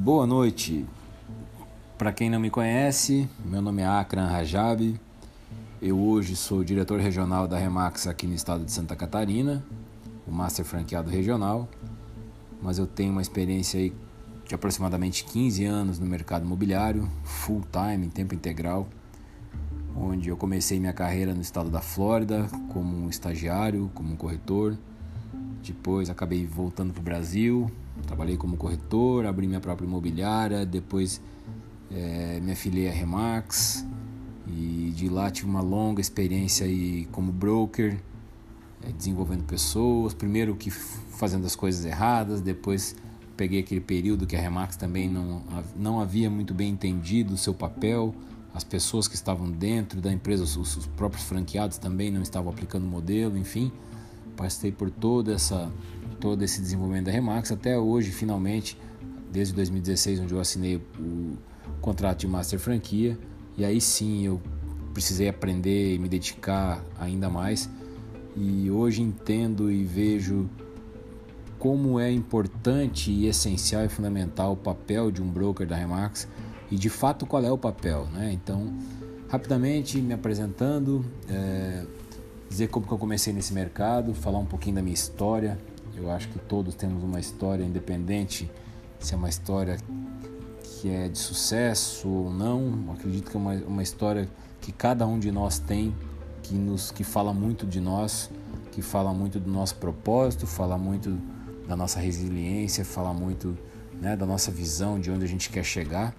Boa noite. Para quem não me conhece, meu nome é Akram Rajab. Eu hoje sou diretor regional da Remax aqui no estado de Santa Catarina, o Master Franqueado Regional, mas eu tenho uma experiência aí de aproximadamente 15 anos no mercado imobiliário, full time, em tempo integral, onde eu comecei minha carreira no estado da Flórida como um estagiário, como um corretor. Depois acabei voltando para o Brasil, trabalhei como corretor, abri minha própria imobiliária, depois me afiliei à Remax e de lá tive uma longa experiência aí como broker, desenvolvendo pessoas, primeiro que fazendo as coisas erradas, depois peguei aquele período que a Remax também não havia muito bem entendido o seu papel, as pessoas que estavam dentro da empresa, os próprios franqueados também não estavam aplicando o modelo, enfim. Passei por todo esse desenvolvimento da Remax até hoje, finalmente, desde 2016, onde eu assinei o contrato de Master Franquia. E aí sim eu precisei aprender e me dedicar ainda mais. E hoje entendo e vejo como é importante e essencial e fundamental o papel de um broker da Remax e de fato qual é o papel, né? Então, rapidamente me apresentando, dizer como que eu comecei nesse mercado, falar um pouquinho da minha história. Eu acho que todos temos uma história, independente se é uma história que é de sucesso ou não. Eu acredito que é uma história que cada um de nós tem, que fala muito de nós, que fala muito do nosso propósito, fala muito da nossa resiliência, fala muito, né, da nossa visão de onde a gente quer chegar.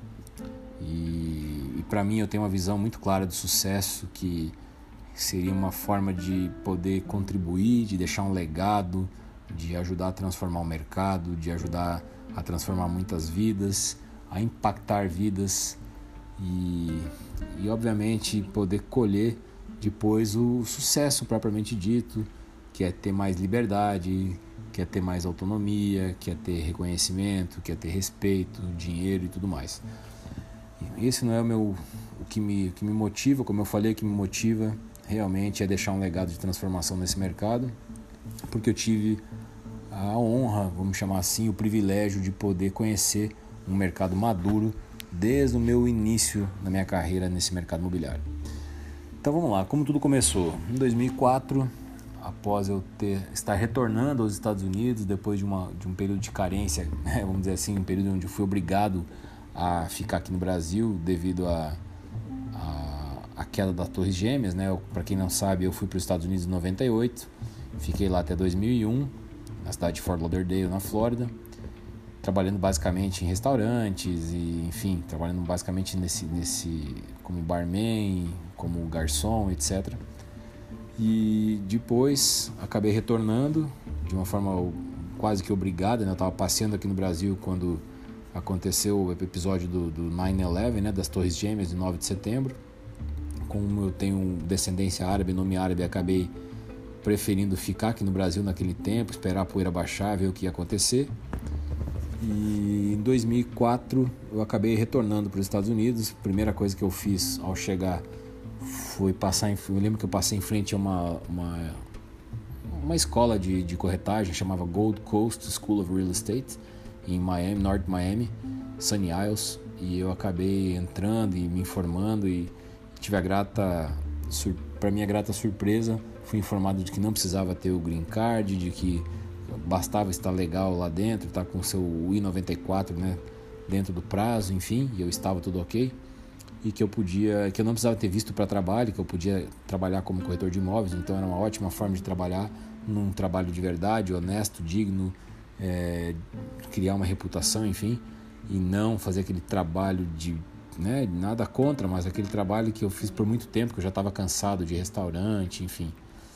E para mim eu tenho uma visão muito clara do sucesso, que seria uma forma de poder contribuir, de deixar um legado, de ajudar a transformar o mercado, de ajudar a transformar muitas vidas, a impactar vidas e obviamente poder colher depois o sucesso propriamente dito, que é ter mais liberdade, que é ter mais autonomia, que é ter reconhecimento, que é ter respeito, dinheiro e tudo mais. Esse não é o que me motiva, como eu falei, o que me motiva realmente é deixar um legado de transformação nesse mercado, porque eu tive a honra, vamos chamar assim, o privilégio de poder conhecer um mercado maduro desde o meu início na minha carreira nesse mercado imobiliário. Então vamos lá, como tudo começou? Em 2004, após eu estar retornando aos Estados Unidos, depois de um período de carência, vamos dizer assim, um período onde eu fui obrigado a ficar aqui no Brasil devido a queda das Torres Gêmeas, né? Para quem não sabe, eu fui para os Estados Unidos em 98, fiquei lá até 2001, na cidade de Fort Lauderdale, na Flórida, trabalhando basicamente em restaurantes e, enfim, trabalhando basicamente como barman, como garçom, etc. E depois acabei retornando de uma forma quase que obrigada, né? Eu estava passeando aqui no Brasil quando aconteceu o episódio do 9/11, né? Das Torres Gêmeas, de 9 de setembro. Como eu tenho descendência árabe, nome árabe, acabei preferindo ficar aqui no Brasil naquele tempo, esperar a poeira baixar, ver o que ia acontecer. E em 2004 eu acabei retornando para os Estados Unidos. A primeira coisa que eu fiz ao chegar foi eu lembro que eu passei em frente a uma escola de corretagem, chamava Gold Coast School of Real Estate, em Miami, North Miami, Sunny Isles, e eu acabei entrando e me informando e tive para minha grata surpresa, fui informado de que não precisava ter o green card, de que bastava estar legal lá dentro, estar com o seu I-94, né, dentro do prazo, enfim, e eu estava tudo ok, e que eu não precisava ter visto para trabalho, que eu podia trabalhar como corretor de imóveis, então era uma ótima forma de trabalhar num trabalho de verdade, honesto, digno, criar uma reputação, enfim, e não fazer aquele trabalho né, nada contra, mas aquele trabalho que eu fiz por muito tempo, que eu já estava cansado de restaurante, enfim.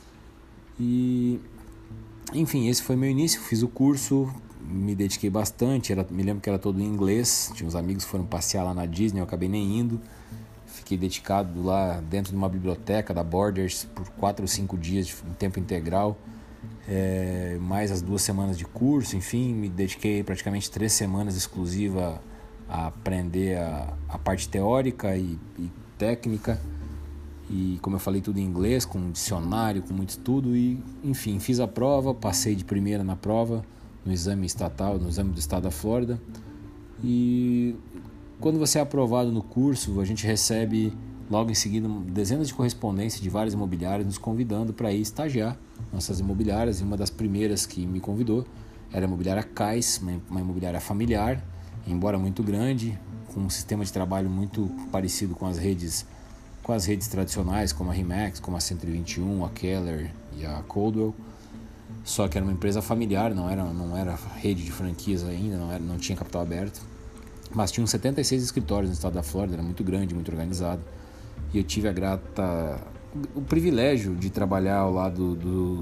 E, enfim, esse foi meu início, fiz o curso, me dediquei bastante, me lembro que era todo em inglês, tinha uns amigos que foram passear lá na Disney, eu acabei nem indo, fiquei dedicado lá dentro de uma biblioteca da Borders por 4 ou 5 dias em tempo integral, mais as 2 semanas de curso, enfim, me dediquei praticamente 3 semanas exclusiva a aprender a parte teórica e técnica, e como eu falei, tudo em inglês, com dicionário, com muito estudo, e enfim, fiz a prova, passei de primeira na prova, no exame estatal, no exame do estado da Flórida, E quando você é aprovado no curso, a gente recebe logo em seguida dezenas de correspondências de várias imobiliárias nos convidando para ir estagiar nossas imobiliárias. E uma das primeiras que me convidou era a imobiliária Cais, uma imobiliária familiar, embora muito grande, com um sistema de trabalho muito parecido com as redes tradicionais, como a RE/MAX, como a 121, a Keller e a Coldwell. Só que era uma empresa familiar, não era rede de franquias ainda, não tinha capital aberto. Mas tinha uns 76 escritórios no estado da Flórida, era muito grande, muito organizado. E eu tive o privilégio de trabalhar ao lado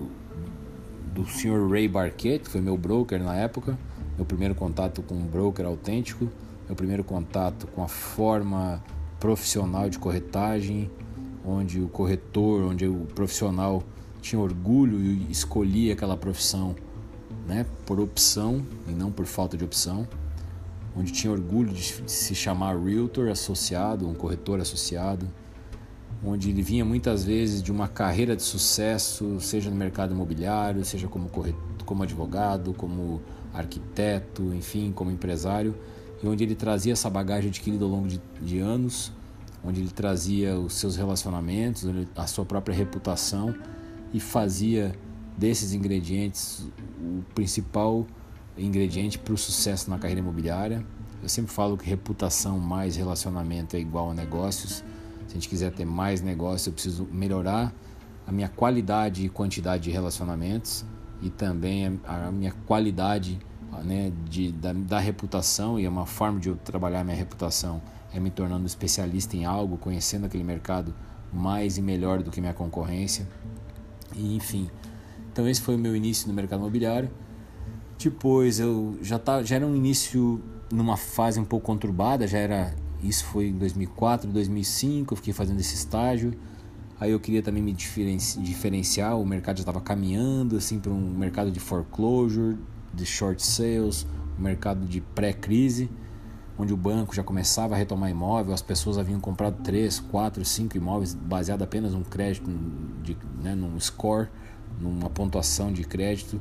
do Sr. Ray Barquette, que foi meu broker na época, meu primeiro contato com um broker autêntico, meu primeiro contato com a forma profissional de corretagem, onde o profissional tinha orgulho e escolhia aquela profissão, né, por opção e não por falta de opção, onde tinha orgulho de se chamar realtor associado, um corretor associado, onde ele vinha muitas vezes de uma carreira de sucesso, seja no mercado imobiliário, seja como advogado, como arquiteto, enfim, como empresário, e onde ele trazia essa bagagem adquirida ao longo de anos, onde ele trazia os seus relacionamentos, a sua própria reputação e fazia desses ingredientes o principal ingrediente para o sucesso na carreira imobiliária. Eu sempre falo que reputação mais relacionamento é igual a negócios. Se a gente quiser ter mais negócios, eu preciso melhorar a minha qualidade e quantidade de relacionamentos e também a minha qualidade, né, da reputação. E é uma forma de eu trabalhar a minha reputação é me tornando especialista em algo, conhecendo aquele mercado mais e melhor do que minha concorrência. E, enfim, então esse foi o meu início no mercado imobiliário. Depois eu já era um início numa fase um pouco conturbada, isso foi em 2004, 2005, eu fiquei fazendo esse estágio. Aí eu queria também me diferenciar, o mercado já estava caminhando assim, para um mercado de foreclosure, de short sales, um mercado de pré-crise, onde o banco já começava a retomar imóvel, as pessoas haviam comprado 3, 4, 5 imóveis baseado apenas num crédito, num score, numa pontuação de crédito.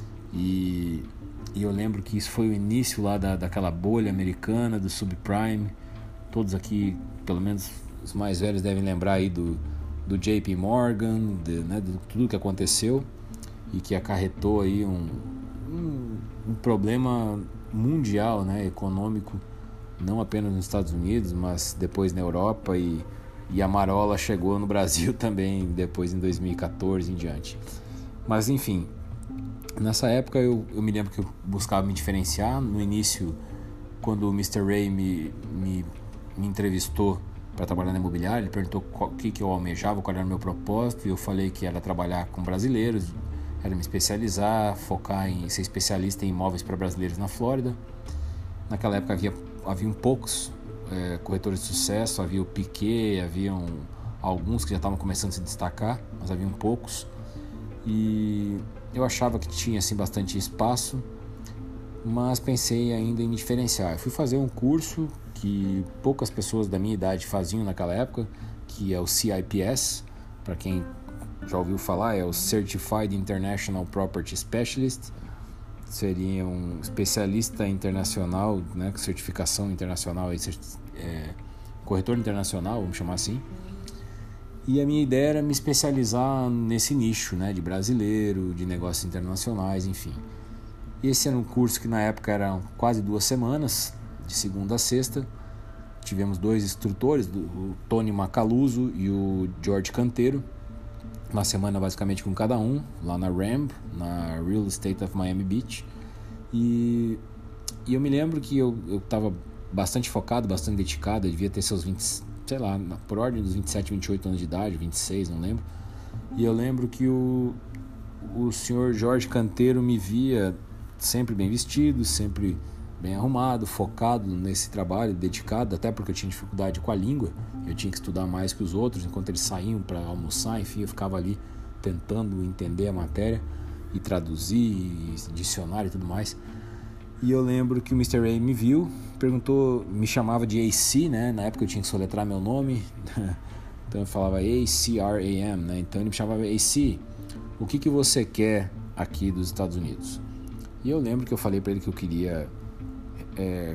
E eu lembro que isso foi o início lá daquela bolha americana, do subprime. Todos aqui, pelo menos os mais velhos, devem lembrar aí do JP Morgan, de tudo que aconteceu e que acarretou aí um problema mundial, né, econômico, não apenas nos Estados Unidos, mas depois na Europa, e a marola chegou no Brasil também, depois em 2014 em diante. Mas enfim, nessa época eu me lembro que eu buscava me diferenciar. No início, quando o Mr. Ray me entrevistou para trabalhar na imobiliária, ele perguntou o que eu almejava, qual era o meu propósito, e eu falei que era trabalhar com brasileiros, era me especializar, focar em ser especialista em imóveis para brasileiros na Flórida. Naquela época haviam poucos corretores de sucesso, havia o Piquet, haviam alguns que já estavam começando a se destacar, mas haviam poucos. E eu achava que tinha assim bastante espaço, mas pensei ainda em me diferenciar. Eu fui fazer um curso que poucas pessoas da minha idade faziam naquela época, que é o CIPS. Para quem já ouviu falar, é o Certified International Property Specialist. Seria um especialista internacional, né, com certificação internacional, corretor internacional, vamos chamar assim. E a minha ideia era me especializar nesse nicho, né, de brasileiro, de negócios internacionais, enfim. E esse era um curso que na época era quase 2 semanas, de segunda a sexta. Tivemos 2 instrutores, o Tony Macaluso e o George Canteiro. Uma semana basicamente com cada um, lá na RAMB, na Real Estate of Miami Beach. E eu me lembro que eu estava bastante focado, bastante dedicado. Eu devia ter seus 20, sei lá, por ordem dos 27, 28 anos de idade, 26, não lembro. E eu lembro que o senhor Jorge Canteiro me via sempre bem vestido, sempre bem arrumado, focado nesse trabalho, dedicado, até porque eu tinha dificuldade com a língua. Eu tinha que estudar mais que os outros, enquanto eles saíam para almoçar, enfim, eu ficava ali tentando entender a matéria e traduzir, e dicionário e tudo mais. E eu lembro que o Mr. Ray me viu, perguntou, me chamava de AC, né? Na época eu tinha que soletrar meu nome, então eu falava ACRAM, né? Então ele me chamava AC, o que você quer aqui dos Estados Unidos? E eu lembro que eu falei para ele que eu queria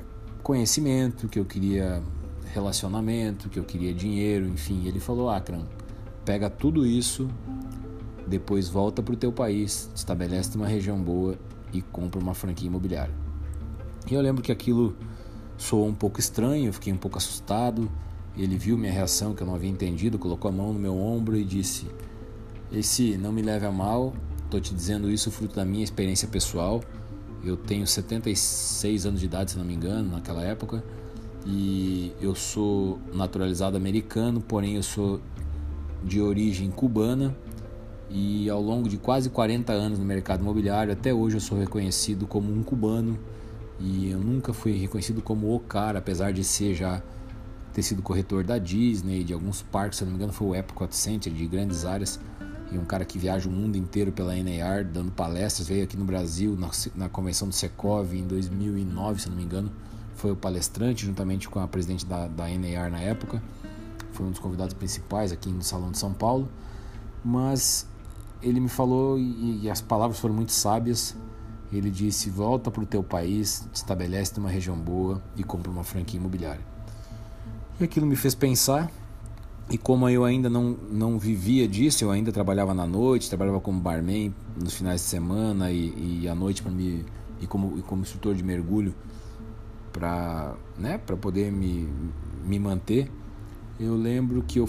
conhecimento, que eu queria relacionamento, que eu queria dinheiro, enfim. Ele falou: Akram, pega tudo isso, depois volta para o teu país, estabelece uma região boa e compra uma franquia imobiliária. E eu lembro que aquilo soou um pouco estranho, eu fiquei um pouco assustado. Ele viu minha reação, que eu não havia entendido, colocou a mão no meu ombro e disse: Esse, não me leve a mal, estou te dizendo isso fruto da minha experiência pessoal. Eu tenho 76 anos de idade, se não me engano, naquela época, e eu sou naturalizado americano, porém eu sou de origem cubana, e ao longo de quase 40 anos no mercado imobiliário, até hoje eu sou reconhecido como um cubano, e eu nunca fui reconhecido como o cara, apesar de ter sido corretor da Disney, de alguns parques, se não me engano foi o Epcot Center, de grandes áreas, e um cara que viaja o mundo inteiro pela NAR dando palestras. Veio aqui no Brasil na convenção do Secov em 2009, se não me engano, foi o palestrante juntamente com a presidente da NAR na época, foi um dos convidados principais aqui no Salão de São Paulo. Mas ele me falou, e as palavras foram muito sábias. Ele disse: volta para o teu país, te estabelece numa região boa e compra uma franquia imobiliária. E aquilo me fez pensar. E como eu ainda não vivia disso, eu ainda trabalhava na noite, trabalhava como barman nos finais de semana e à noite como instrutor de mergulho para poder me manter. Eu lembro que eu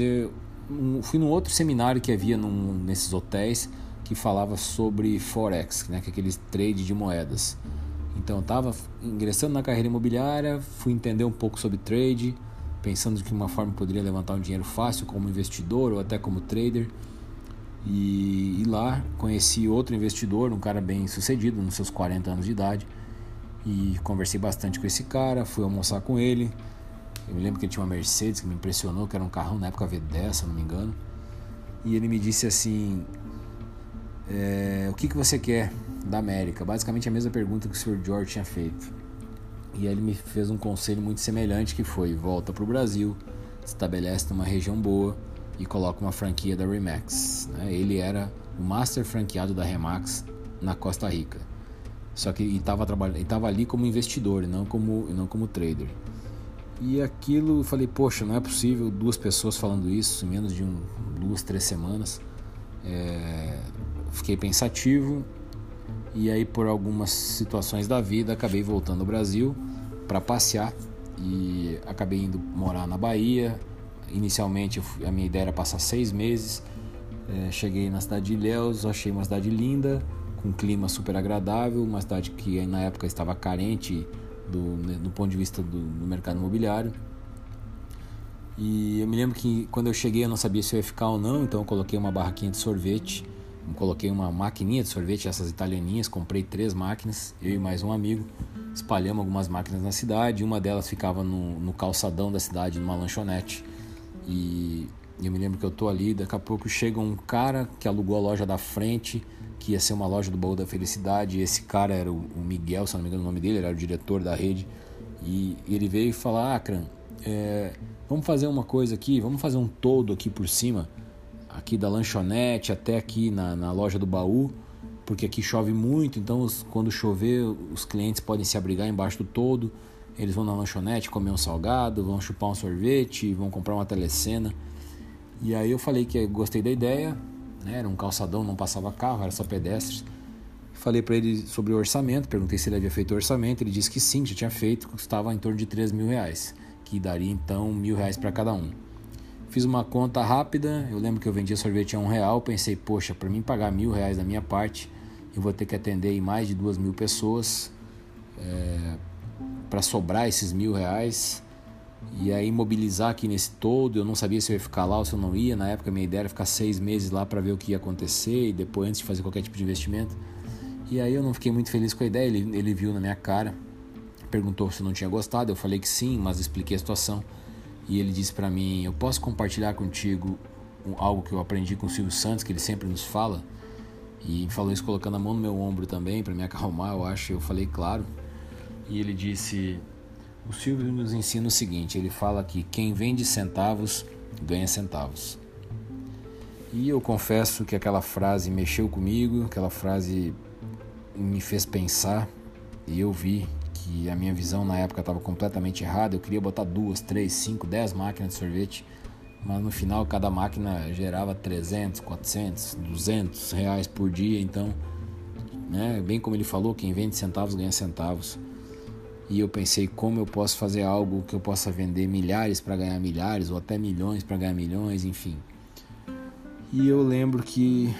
fui num outro seminário que havia nesses hotéis que falava sobre Forex, que é aquele trade de moedas. Então eu estava ingressando na carreira imobiliária, fui entender um pouco sobre trade, pensando de que uma forma eu poderia levantar um dinheiro fácil como investidor ou até como trader. E lá conheci outro investidor, um cara bem sucedido, nos seus 40 anos de idade, e conversei bastante com esse cara, fui almoçar com ele. Eu me lembro que ele tinha uma Mercedes que me impressionou, que era um carrão na época V10, se não me engano. E ele me disse assim: o que você quer da América? Basicamente a mesma pergunta que o Sr. George tinha feito. E aí ele me fez um conselho muito semelhante, que foi: volta para o Brasil, estabelece numa região boa e coloca uma franquia da Remax. Ele era o master franqueado da Remax na Costa Rica. Só que estava ali como investidor e não como trader. E aquilo, eu falei: poxa, não é possível, 2 pessoas falando isso em menos de 2, 3 semanas. Fiquei pensativo. E aí, por algumas situações da vida, acabei voltando ao Brasil para passear e acabei indo morar na Bahia. Inicialmente a minha ideia era passar 6 meses. Cheguei na cidade de Ilhéus, achei uma cidade linda, com um clima super agradável, uma cidade que na época estava carente do ponto de vista do mercado imobiliário. E eu me lembro que quando eu cheguei eu não sabia se eu ia ficar ou não, então eu coloquei uma barraquinha de sorvete, coloquei uma maquininha de sorvete, essas italianinhas, comprei 3 máquinas, eu e mais um amigo, espalhamos algumas máquinas na cidade, uma delas ficava no calçadão da cidade, numa lanchonete. E eu me lembro que eu tô ali, daqui a pouco chega um cara que alugou a loja da frente, que ia ser uma loja do Baú da Felicidade, e esse cara era o Miguel, se não me engano o nome dele, ele era o diretor da rede, e ele veio falar: Akram, vamos fazer uma coisa aqui, vamos fazer um todo aqui por cima, aqui da lanchonete até aqui na loja do Baú, porque aqui chove muito, então quando chover os clientes podem se abrigar embaixo do todo, eles vão na lanchonete comer um salgado, vão chupar um sorvete, vão comprar uma telecena. E aí eu falei que gostei da ideia, era um calçadão, não passava carro, era só pedestres. Falei para ele sobre o orçamento, perguntei se ele havia feito o orçamento, ele disse que sim, já tinha feito, custava em torno de R$3.000, que daria então R$1.000 para cada um. Fiz uma conta rápida, eu lembro que eu vendia sorvete a R$1, pensei: poxa, para mim pagar R$1.000 da minha parte, eu vou ter que atender aí mais de 2.000 pessoas, para sobrar esses R$1.000, e aí mobilizar aqui nesse todo. Eu não sabia se eu ia ficar lá ou se eu não ia. Na época minha ideia era ficar 6 meses lá para ver o que ia acontecer e depois, antes de fazer qualquer tipo de investimento. E aí eu não fiquei muito feliz com a ideia. Ele viu na minha cara, perguntou se eu não tinha gostado, eu falei que sim, mas expliquei a situação. E ele disse para mim: eu posso compartilhar contigo algo que eu aprendi com o Silvio Santos, que ele sempre nos fala? E falou isso colocando a mão no meu ombro também, para me acalmar, eu acho. Eu falei: claro. E ele disse: o Silvio nos ensina o seguinte, ele fala que quem vende centavos ganha centavos. E eu confesso que aquela frase mexeu comigo, aquela frase me fez pensar, e eu vi que a minha visão na época estava completamente errada. Eu queria botar 2, 3, 5, 10 máquinas de sorvete, mas no final cada máquina gerava 300, 400, 200 reais por dia. Então, né, bem como ele falou, quem vende centavos ganha centavos. E eu pensei, como eu posso fazer algo que eu possa vender milhares para ganhar milhares, ou até milhões para ganhar milhões, enfim. E eu lembro que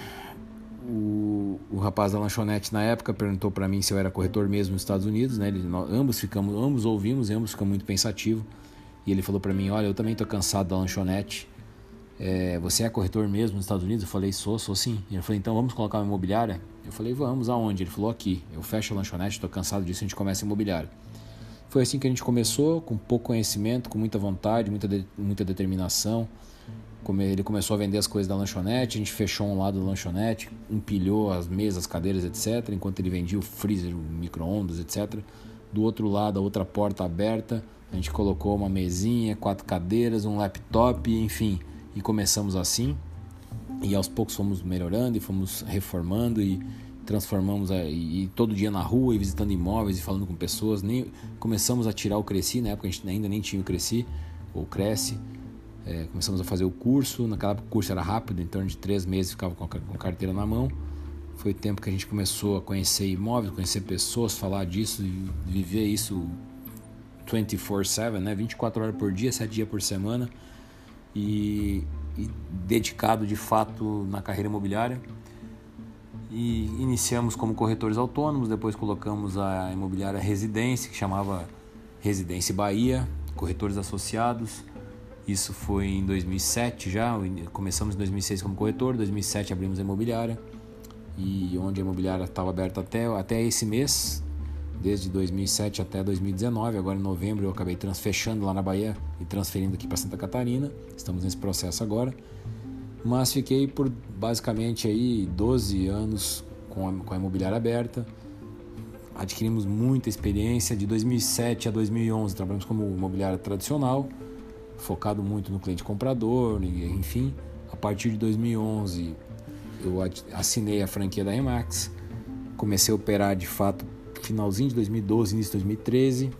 o rapaz da lanchonete na época perguntou para mim se eu era corretor mesmo nos Estados Unidos, né? Ambos ouvimos, ambos ficamos muito pensativos. E ele falou para mim, olha, eu também tô cansado da lanchonete. Você é corretor mesmo nos Estados Unidos? Eu falei, sou sim. Ele falou, então vamos colocar uma imobiliária? Eu falei, vamos, aonde? Ele falou, aqui. Eu fecho a lanchonete, tô cansado disso, a gente começa a imobiliária. Foi assim que a gente começou, com pouco conhecimento, com muita vontade, muita determinação. Ele começou a vender as coisas da lanchonete, a gente fechou um lado da lanchonete, empilhou as mesas, as cadeiras, etc. Enquanto ele vendia o freezer, o micro-ondas, etc. Do outro lado, a outra porta aberta, a gente colocou uma mesinha, 4 cadeiras, um laptop, enfim. E começamos assim. E aos poucos fomos melhorando e fomos reformando e transformamos e todo dia na rua e visitando imóveis e falando com pessoas. Começamos a tirar o Cresci, na época a gente ainda nem tinha o Cresci, ou Cresce. Começamos a fazer o curso. Naquela época o curso era rápido, em torno de 3 meses ficava com a carteira na mão. Foi o tempo que a gente começou a conhecer imóveis, conhecer pessoas, falar disso e viver isso 24/7, né? 24 horas por dia, 7 dias por semana e dedicado de fato na carreira imobiliária. E iniciamos como corretores autônomos, depois colocamos a imobiliária Residência, que chamava Residência Bahia, corretores associados. Isso foi em 2007 já, começamos em 2006 como corretor, em 2007 abrimos a imobiliária, e onde a imobiliária estava aberta até esse mês, desde 2007 até 2019, agora em novembro eu acabei fechando lá na Bahia e transferindo aqui para Santa Catarina, estamos nesse processo agora, mas fiquei por basicamente aí 12 anos com a imobiliária aberta, adquirimos muita experiência, de 2007 a 2011 trabalhamos como imobiliária tradicional, focado muito no cliente comprador, enfim. A partir de 2011 eu assinei a franquia da Remax, comecei a operar de fato finalzinho de 2012, início de 2013,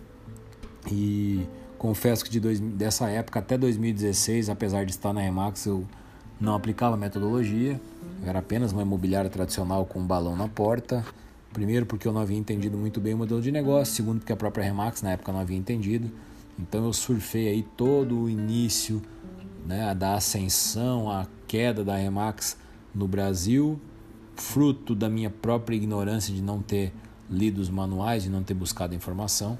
e confesso que dessa época até 2016, apesar de estar na Remax, eu não aplicava metodologia, eu era apenas uma imobiliária tradicional com um balão na porta. Primeiro porque eu não havia entendido muito bem o modelo de negócio, segundo porque a própria Remax na época não havia entendido. Então eu surfei aí todo o início, né, da ascensão, a queda da Remax no Brasil, fruto da minha própria ignorância de não ter lido os manuais, de não ter buscado informação,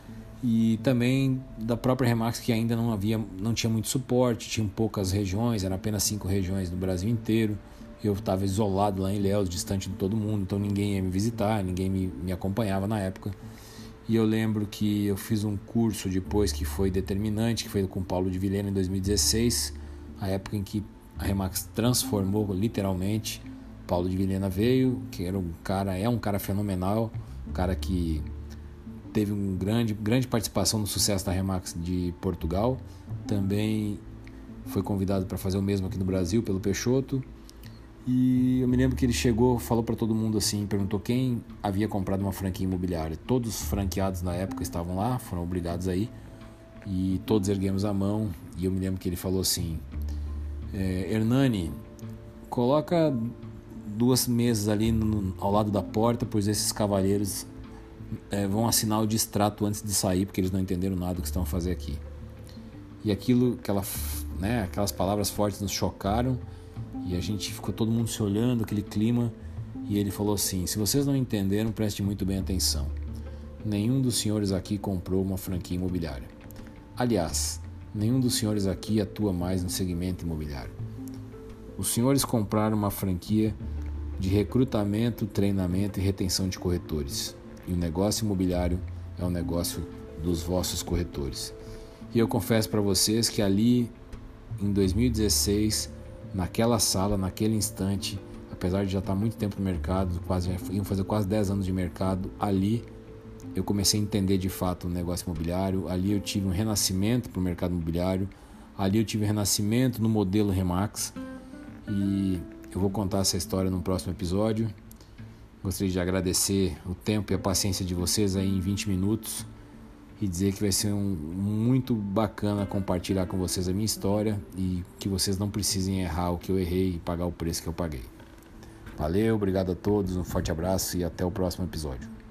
e também da própria Remax, que ainda não tinha muito suporte, tinha poucas regiões, eram apenas 5 regiões no Brasil inteiro. Eu estava isolado lá em Ilhéus, distante de todo mundo, então ninguém ia me visitar, ninguém me acompanhava na época. E eu lembro que eu fiz um curso depois que foi determinante, que foi com o Paulo de Vilhena em 2016, a época em que a Remax transformou literalmente. Paulo de Vilhena veio, que é um cara fenomenal, um cara que teve uma grande participação no sucesso da Remax de Portugal. Também foi convidado para fazer o mesmo aqui no Brasil pelo Peixoto. E eu me lembro que ele chegou, falou para todo mundo assim, perguntou quem havia comprado uma franquia imobiliária. Todos os franqueados na época estavam lá, foram obrigados a ir, e todos erguemos a mão. E eu me lembro que ele falou assim: Hernani, coloca 2 mesas ali ao lado da porta, pois esses cavalheiros vão assinar o distrato antes de sair, porque eles não entenderam nada do que estão a fazer aqui. E aquelas palavras fortes nos chocaram, e a gente ficou todo mundo se olhando, aquele clima, e ele falou assim: se vocês não entenderam, preste muito bem atenção. Nenhum dos senhores aqui comprou uma franquia imobiliária. Aliás, nenhum dos senhores aqui atua mais no segmento imobiliário. Os senhores compraram uma franquia de recrutamento, treinamento e retenção de corretores. E o negócio imobiliário é o negócio dos vossos corretores. E eu confesso para vocês que ali, em 2016, naquela sala, naquele instante, apesar de já estar muito tempo no mercado, iam fazer quase 10 anos de mercado, ali eu comecei a entender de fato o negócio imobiliário. Ali eu tive um renascimento para o mercado imobiliário. Ali eu tive um renascimento no modelo Remax. E eu vou contar essa história no próximo episódio. Gostaria de agradecer o tempo e a paciência de vocês aí em 20 minutos e dizer que vai ser muito bacana compartilhar com vocês a minha história e que vocês não precisem errar o que eu errei e pagar o preço que eu paguei. Valeu, obrigado a todos, um forte abraço e até o próximo episódio.